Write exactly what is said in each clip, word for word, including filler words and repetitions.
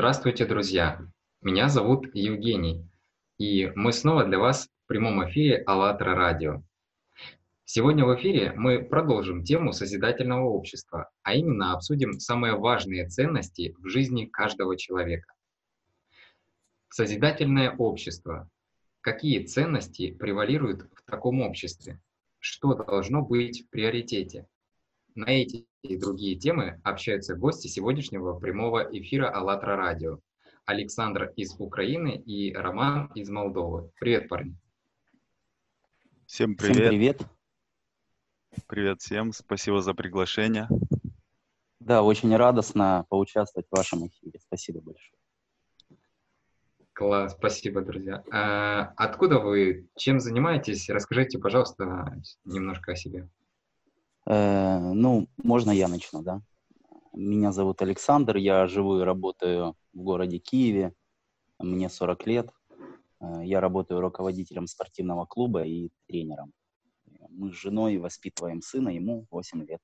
Здравствуйте, друзья! Меня зовут Евгений, и мы снова для вас в прямом эфире АЛЛАТРА Радио. Сегодня в эфире мы продолжим тему созидательного общества, а именно обсудим самые важные ценности в жизни каждого человека. Созидательное общество. Какие ценности превалируют в таком обществе? Что должно быть в приоритете? На эти и другие темы общаются гости сегодняшнего прямого эфира АЛЛАТРА Радио. Александр из Украины и Роман из Молдовы. Привет, парни. Всем Всем привет. привет. Привет всем. Спасибо за приглашение. Да, очень радостно поучаствовать в вашем эфире. Спасибо большое. Класс, спасибо, друзья. А откуда вы, чем занимаетесь? Расскажите, пожалуйста, немножко о себе. Э, ну, можно я начну, да? Меня зовут Александр, я живу и работаю в городе Киеве. Мне сорок лет. Э, я работаю руководителем спортивного клуба и тренером. Мы с женой воспитываем сына, ему восемь лет.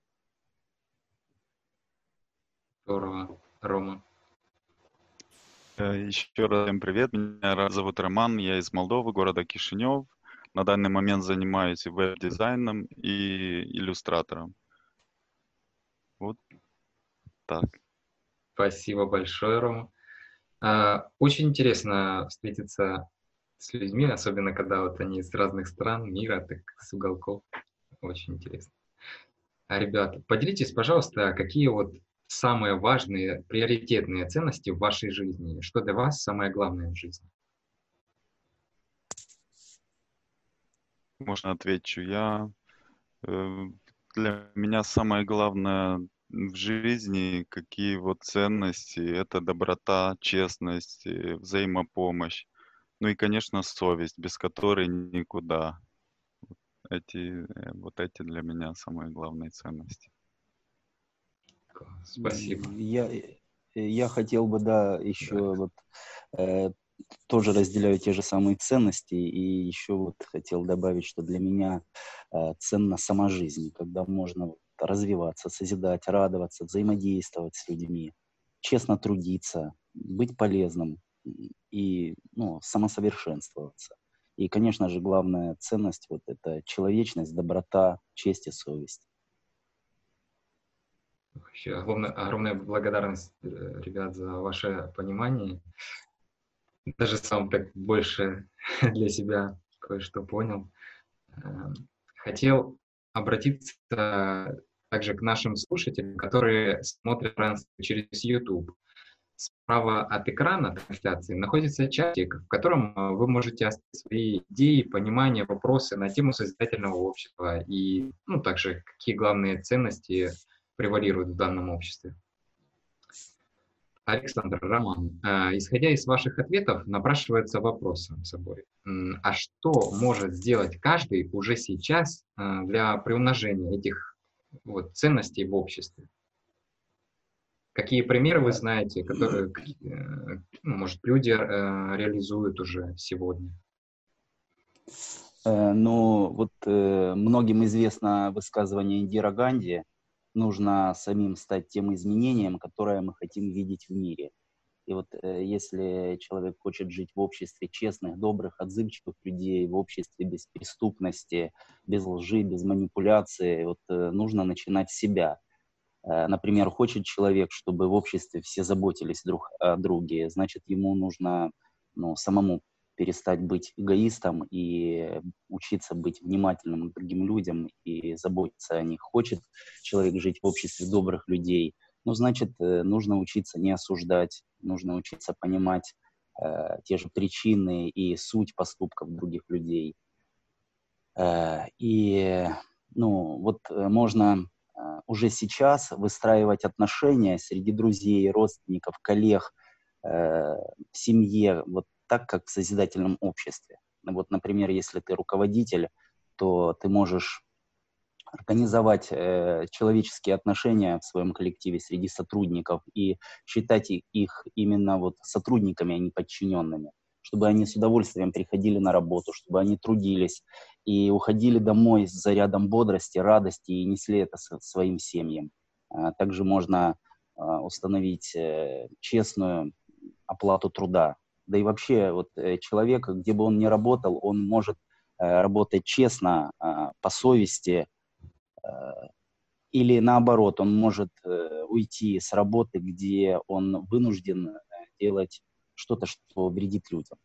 Здорово, Рома. Еще раз всем привет. Меня зовут Роман, я из Молдовы, города Кишинев. На данный момент занимаюсь веб-дизайном и иллюстратором. Вот так. Спасибо большое, Рома. А, Очень интересно встретиться с людьми, особенно когда вот они из разных стран мира, так с уголков. Очень интересно. А, ребята, поделитесь, пожалуйста, какие вот самые важные, приоритетные ценности в вашей жизни? Что для вас самое главное в жизни? Можно отвечу я. Э, Для меня самое главное в жизни, какие вот ценности, это доброта, честность, э, взаимопомощь. Ну и, конечно, совесть, без которой никуда. Эти, э, вот эти для меня самые главные ценности. Спасибо. Я, я хотел бы, да, еще да. вот э, тоже разделяю те же самые ценности, и еще вот хотел добавить, что для меня э, ценна сама жизнь, когда можно вот развиваться, созидать, радоваться, взаимодействовать с людьми, честно трудиться, быть полезным и ну, самосовершенствоваться. И, конечно же, главная ценность вот это человечность, доброта, честь и совесть. Вообще, огромная, огромная благодарность, ребят, за ваше понимание. Даже сам так больше для себя кое-что понял. Хотел обратиться также к нашим слушателям, которые смотрят трансляцию через YouTube. Справа от экрана трансляции находится чатик, в котором вы можете оставить свои идеи, понимания, вопросы на тему созидательного общества и ну, также какие главные ценности превалируют в данном обществе. Александр, Роман, э, исходя из ваших ответов, напрашивается вопрос сам собой. А что может сделать каждый уже сейчас э, для приумножения этих вот, ценностей в обществе? Какие примеры вы знаете, которые, э, ну, может, люди э, реализуют уже сегодня? Э, ну, вот э, многим известно высказывание Индира Ганди: нужно самим стать тем изменением, которое мы хотим видеть в мире. И вот э, если человек хочет жить в обществе честных, добрых, отзывчивых людей, в обществе без преступности, без лжи, без манипуляции, вот э, нужно начинать с себя. Э, например, хочет человек, чтобы в обществе все заботились друг о друге, значит, ему нужно ну, самому перестать быть эгоистом и учиться быть внимательным к другим людям и заботиться о них. Хочет человек жить в обществе добрых людей, ну, значит, нужно учиться не осуждать, нужно учиться понимать э, те же причины и суть поступков других людей. Э, и, ну, вот можно э, уже сейчас выстраивать отношения среди друзей, родственников, коллег, э, в семье, вот так, как в созидательном обществе. Вот, например, если ты руководитель, то ты можешь организовать э, человеческие отношения в своем коллективе среди сотрудников и считать их именно вот сотрудниками, а не подчиненными, чтобы они с удовольствием приходили на работу, чтобы они трудились и уходили домой с зарядом бодрости, радости и несли это своим семьям. А также можно а, установить э, честную оплату труда. Да и вообще вот э, человек, где бы он ни работал, он может э, работать честно, э, по совести, э, или наоборот, он может э, уйти с работы, где он вынужден э, делать что-то, что вредит людям.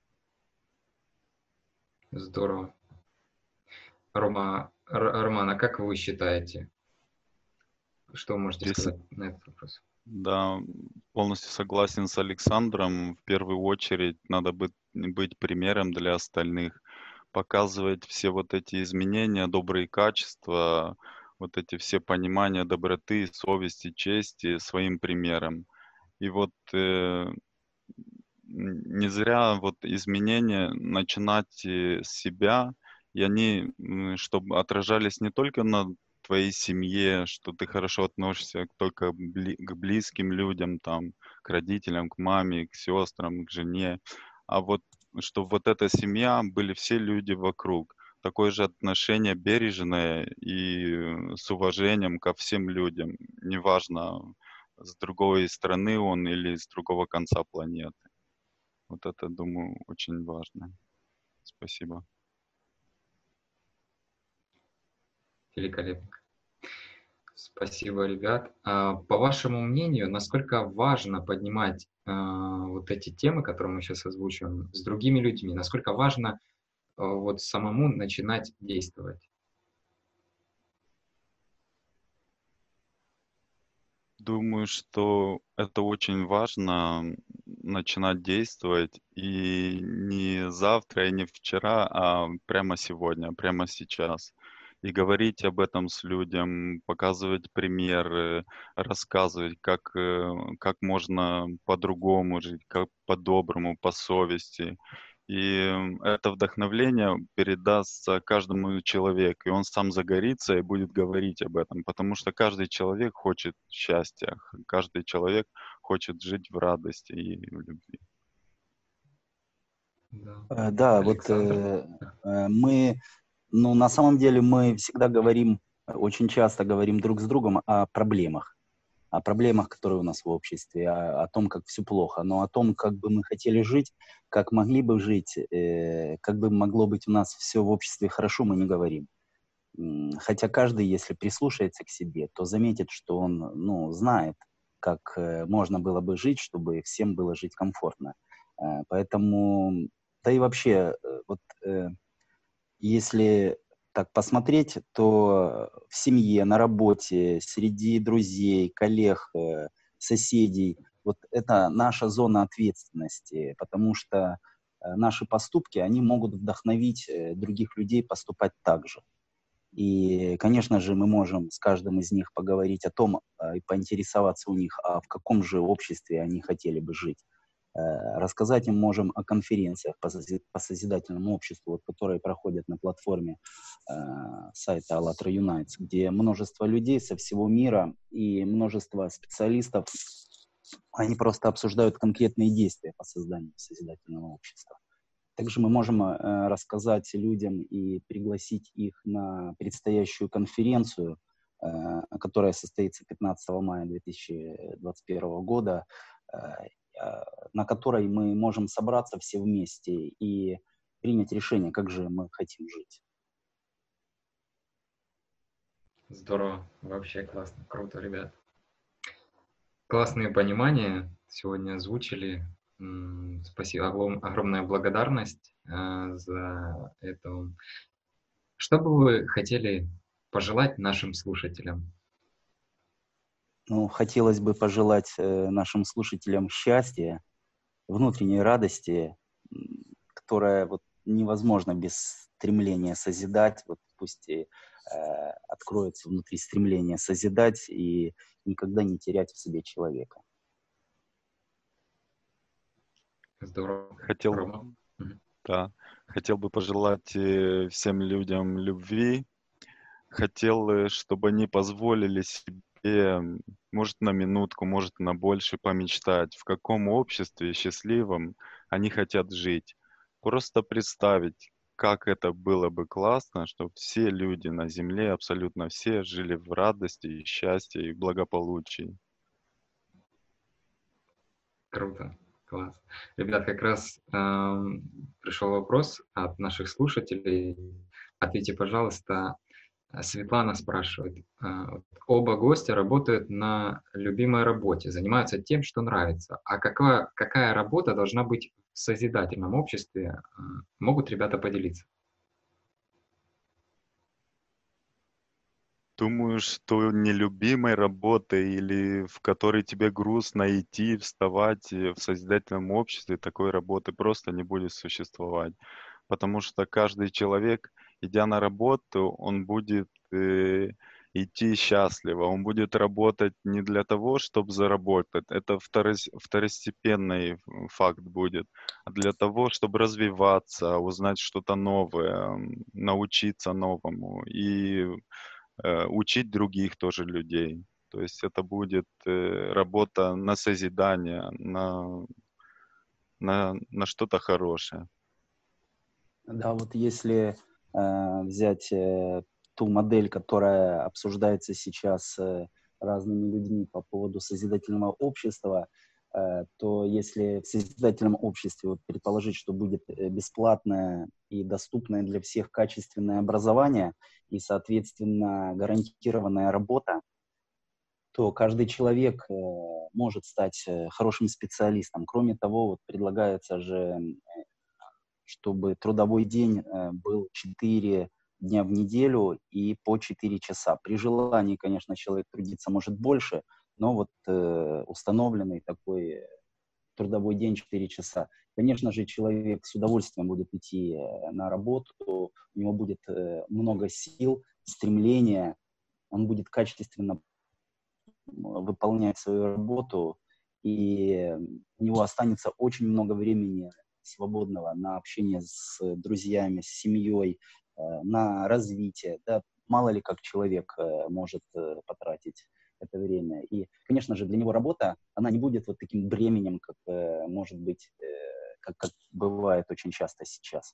Здорово. Рома, Р- Роман, а как вы считаете? Что вы можете Если, сказать на этот вопрос? да, полностью согласен с Александром. В первую очередь надо быть, быть примером для остальных, показывать все вот эти изменения, добрые качества, вот эти все понимания доброты, совести, чести своим примером. И вот э, н- не зря вот изменения начинать э, с себя, и они, м, чтобы отражались не только на твоей семье, что ты хорошо относишься к- только бли- к близким людям, там, к родителям, к маме, к сестрам, к жене, а вот чтобы вот эта семья были все люди вокруг. Такое же отношение бережное и э, с уважением ко всем людям, неважно, с другой страны он или с другого конца планеты. Вот это, думаю, очень важно. Спасибо. Великолепно. Спасибо, ребят. А, По вашему мнению, насколько важно поднимать а, вот эти темы, которые мы сейчас озвучиваем, с другими людьми? Насколько важно а, вот самому начинать действовать? Думаю, что это очень важно м, начинать действовать и не завтра, и не вчера, а прямо сегодня, прямо сейчас. И говорить об этом с людям, показывать примеры, рассказывать, как, э, как можно по-другому жить, как по-доброму, по совести. И м, это вдохновление передастся каждому человеку, и он сам загорится и будет говорить об этом, потому что каждый человек хочет счастья, х- каждый человек хочет жить в радости и в любви. Да. Э, Да, вот Александр? э, э, мы, ну, на самом деле мы всегда говорим, э, очень часто говорим друг с другом о проблемах, о проблемах, которые у нас в обществе, о, о том, как все плохо, но о том, как бы мы хотели жить, как могли бы жить, э, как бы могло быть у нас все в обществе хорошо, мы не говорим. М, Хотя каждый, если прислушается к себе, то заметит, что он, ну, знает, как э, можно было бы жить, чтобы всем было жить комфортно. Э, Поэтому, да и вообще, э, вот э, если так посмотреть, то в семье, на работе, среди друзей, коллег, э, соседей, вот это наша зона ответственности, потому что э, наши поступки, они могут вдохновить э, других людей поступать так же. И, конечно же, мы можем с каждым из них поговорить о том а, и поинтересоваться у них, а в каком же обществе они хотели бы жить. Э, Рассказать им можем о конференциях по, сози- по созидательному обществу, вот, которые проходят на платформе э, сайта АЛЛАТРА Unites, где множество людей со всего мира и множество специалистов, они просто обсуждают конкретные действия по созданию созидательного общества. Также мы можем э, рассказать людям и пригласить их на предстоящую конференцию, э, которая состоится пятнадцатого мая две тысячи двадцать первого года, э, э, на которой мы можем собраться все вместе и принять решение, как же мы хотим жить. Здорово. Вообще классно. Круто, ребят. Классные понимания сегодня озвучили. М, Спасибо. Огром- Огромная благодарность э, за это. Что бы вы хотели пожелать нашим слушателям? Ну, хотелось бы пожелать э, нашим слушателям счастья, внутренней радости, м, которая вот невозможно без стремления созидать. Вот пусть и э, откроется внутри стремление созидать и никогда не терять в себе человека. Здорово. Хотел, Рома? Мгм. да, хотел бы пожелать э, всем людям любви. Хотел, э, чтобы они позволили себе, м, может, на минутку, может, на больше помечтать, в каком обществе счастливом они хотят жить. Просто представить, как это было бы классно, чтобы все люди на Земле, абсолютно все, жили в радости и счастье и благополучии. Круто. Класс. Ребят, как раз эм, пришел вопрос от наших слушателей. Ответьте, пожалуйста. А Светлана спрашивает. а, вот Оба гостя работают на любимой работе, занимаются тем, что нравится. А какая, какая работа должна быть в созидательном обществе? А, Могут ребята поделиться? Думаю, что нелюбимой работы или в которой тебе грустно идти, вставать э, в созидательном обществе, такой работы просто не будет существовать. Потому что каждый человек, идя на работу, он будет э, идти счастливо, он будет работать не для того, чтобы заработать, это второс- второстепенный м, факт будет, а для того, чтобы развиваться, узнать что-то новое, м, научиться новому и э, учить других тоже людей. То есть это будет э, работа на созидание, на, на, на что-то хорошее. Да, вот если э, взять э, ту модель, которая обсуждается сейчас э, разными людьми по поводу созидательного общества, э, то если в созидательном обществе вот, предположить, что будет э, бесплатное и доступное для всех качественное образование и, соответственно, гарантированная работа, то каждый человек э, может стать э, хорошим специалистом. Кроме того, вот предлагается же, чтобы трудовой день э, был четыре дня в неделю и по четыре часа. При желании, конечно, человек трудиться может больше, но вот э, установленный такой трудовой день четыре часа. Конечно же, человек с удовольствием будет идти э, на работу, у него будет э, много сил, стремления, он будет качественно выполнять свою работу, и у него останется очень много времени свободного на общение с друзьями, с семьей, э, на развитие. Да? Мало ли как человек э, может э, потратить это время. И, конечно же, для него работа, она не будет вот таким бременем, как э, может быть, э, как, как бывает очень часто сейчас.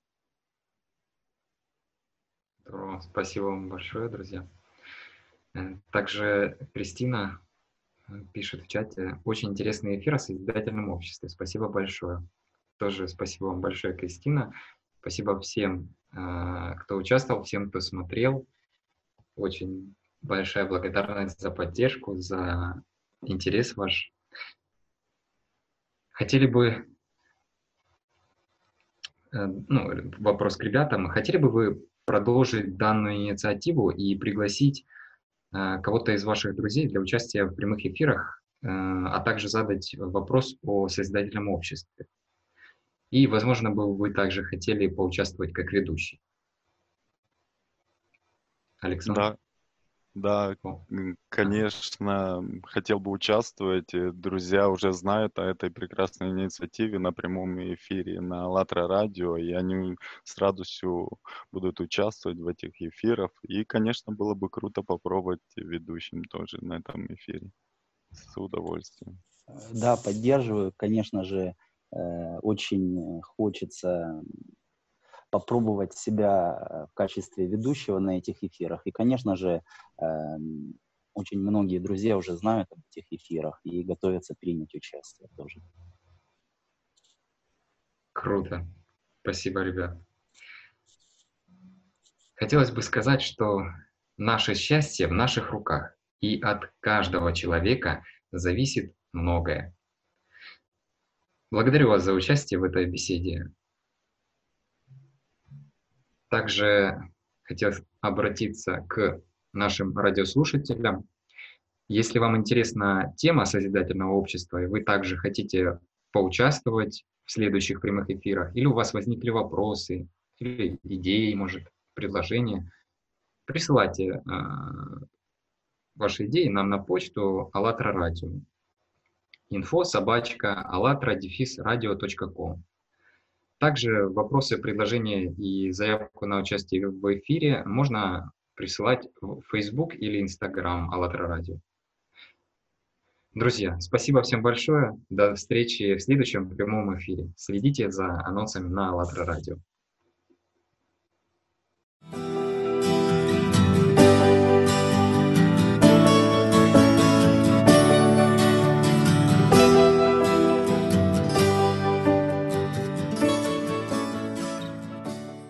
Здорово. Спасибо вам большое, друзья. Э, Также Кристина э, пишет в чате. Очень интересный эфир о созидательном обществе. Спасибо большое. Тоже спасибо вам большое, Кристина. Спасибо всем, э, кто участвовал, всем, кто смотрел. Очень большая благодарность за поддержку, за интерес ваш. Хотели бы, э, ну, вопрос к ребятам. Хотели бы вы продолжить данную инициативу и пригласить э, кого-то из ваших друзей для участия в прямых эфирах, э, а также задать вопрос о созидательном обществе? И, возможно, бы вы также хотели поучаствовать как ведущий. Александр? Да, да, О, м, ага. конечно, м, хотел бы участвовать. э, Друзья уже знают о этой прекрасной инициативе на прямом эфире на АЛЛАТРА радио, и они с радостью будут участвовать в этих эфирах. И, конечно, было бы круто попробовать ведущим тоже на этом эфире. С удовольствием. Да, поддерживаю. Конечно же, э, очень хочется попробовать себя э, в качестве ведущего на этих эфирах. И, конечно же, эм, очень многие друзья уже знают об этих эфирах и готовятся принять участие тоже. Круто. Спасибо, ребят. Хотелось бы сказать, что наше счастье в наших руках, и от каждого человека зависит многое. Благодарю вас за участие в этой беседе. Также хотел обратиться к нашим радиослушателям. Если вам интересна тема созидательного общества, и вы также хотите поучаствовать в следующих прямых эфирах, или у вас возникли вопросы, или идеи, может, предложения, присылайте э, ваши идеи нам на почту АЛЛАТРА радио. инфо собачка аллатра дефис радио точка ком. Также вопросы, предложения и заявку на участие в эфире можно присылать в Facebook или Instagram АЛЛАТРА радио. Друзья, спасибо всем большое. До встречи в следующем прямом эфире. Следите за анонсами на АЛЛАТРА радио.